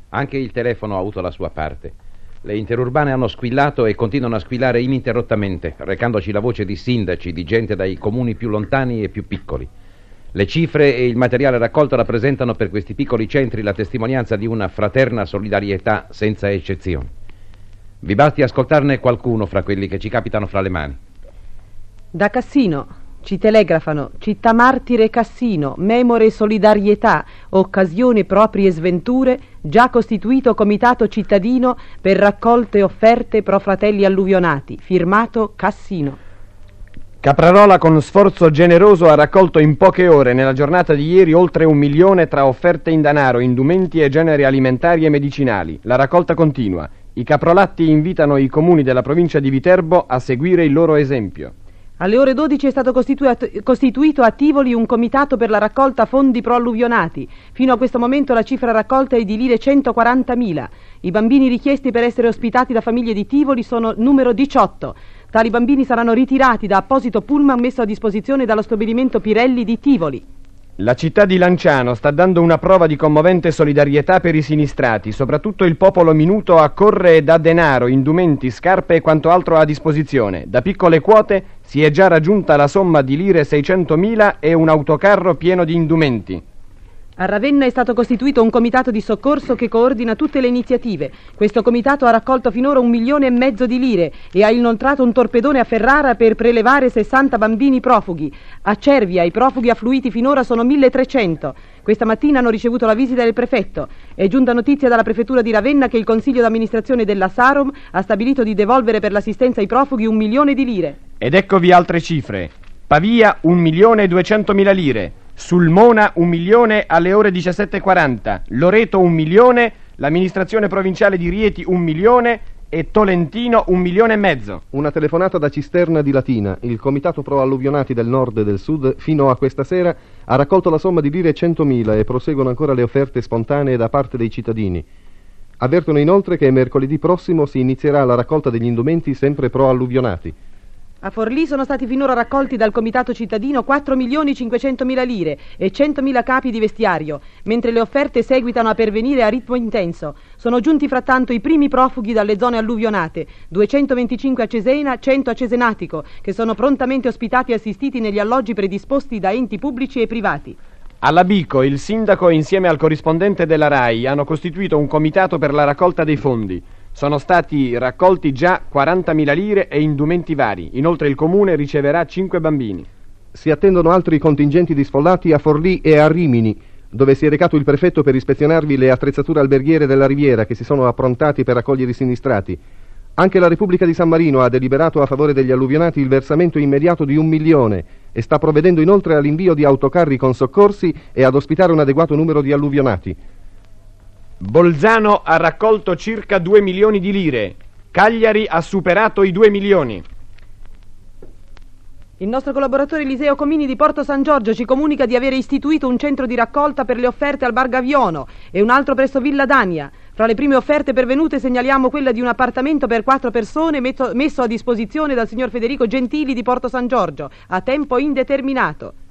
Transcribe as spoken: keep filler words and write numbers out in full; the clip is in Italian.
Anche il telefono ha avuto la sua parte. Le interurbane hanno squillato e continuano a squillare ininterrottamente, recandoci la voce di sindaci, di gente dai comuni più lontani e più piccoli. Le cifre e il materiale raccolto rappresentano per questi piccoli centri la testimonianza di una fraterna solidarietà senza eccezioni. Vi basti ascoltarne qualcuno fra quelli che ci capitano fra le mani. Da Cassino ci telegrafano: città martire Cassino, memore solidarietà, occasione proprie sventure, già costituito comitato cittadino per raccolte offerte pro fratelli alluvionati, firmato Cassino. Caprarola con sforzo generoso ha raccolto in poche ore nella giornata di ieri oltre un milione tra offerte in denaro, indumenti e generi alimentari e medicinali. La raccolta continua. I caprolatti invitano i comuni della provincia di Viterbo a seguire il loro esempio. Alle ore dodici è stato costituito, costituito a Tivoli un comitato per la raccolta fondi pro alluvionati. Fino a questo momento la cifra raccolta è di lire centoquarantamila. I bambini richiesti per essere ospitati da famiglie di Tivoli sono numero diciotto. Tali bambini saranno ritirati da apposito pullman messo a disposizione dallo stabilimento Pirelli di Tivoli. La città di Lanciano sta dando una prova di commovente solidarietà per i sinistrati. Soprattutto il popolo minuto accorre e dà denaro, indumenti, scarpe e quanto altro a disposizione. Da piccole quote si è già raggiunta la somma di lire seicentomila e un autocarro pieno di indumenti. A Ravenna è stato costituito un comitato di soccorso che coordina tutte le iniziative. Questo comitato ha raccolto finora un milione e mezzo di lire e ha inoltrato un torpedone a Ferrara per prelevare sessanta bambini profughi. A Cervia i profughi affluiti finora sono milletrecento. Questa mattina hanno ricevuto la visita del prefetto. È giunta notizia dalla prefettura di Ravenna che il consiglio d'amministrazione della Sarom ha stabilito di devolvere per l'assistenza ai profughi un milione di lire. Ed eccovi altre cifre. Pavia un milione e duecentomila lire. Sulmona un milione alle ore diciassette e quaranta, Loreto un milione, l'amministrazione provinciale di Rieti un milione e Tolentino un milione e mezzo. Una telefonata da Cisterna di Latina. Il comitato pro alluvionati del nord e del sud fino a questa sera ha raccolto la somma di lire centomila e proseguono ancora le offerte spontanee da parte dei cittadini. Avvertono inoltre che mercoledì prossimo si inizierà la raccolta degli indumenti sempre pro alluvionati. A Forlì sono stati finora raccolti dal comitato cittadino quattro milioni cinquecentomila lire e centomila capi di vestiario, mentre le offerte seguitano a pervenire a ritmo intenso. Sono giunti frattanto i primi profughi dalle zone alluvionate, duecentoventicinque a Cesena, cento a Cesenatico, che sono prontamente ospitati e assistiti negli alloggi predisposti da enti pubblici e privati. Alla Bico il sindaco insieme al corrispondente della RAI hanno costituito un comitato per la raccolta dei fondi. Sono stati raccolti già quarantamila lire e indumenti vari. Inoltre il comune riceverà cinque bambini. Si attendono altri contingenti di sfollati a Forlì e a Rimini, dove si è recato il prefetto per ispezionarvi le attrezzature alberghiere della Riviera che si sono approntati per accogliere i sinistrati. Anche la Repubblica di San Marino ha deliberato a favore degli alluvionati il versamento immediato di un milione e sta provvedendo inoltre all'invio di autocarri con soccorsi e ad ospitare un adeguato numero di alluvionati. Bolzano ha raccolto circa due milioni di lire. Cagliari ha superato i due milioni. Il nostro collaboratore Eliseo Comini di Porto San Giorgio ci comunica di avere istituito un centro di raccolta per le offerte al Bar Gaviono e un altro presso Villa Dania. Fra le prime offerte pervenute segnaliamo quella di un appartamento per quattro persone messo a disposizione dal signor Federico Gentili di Porto San Giorgio, a tempo indeterminato.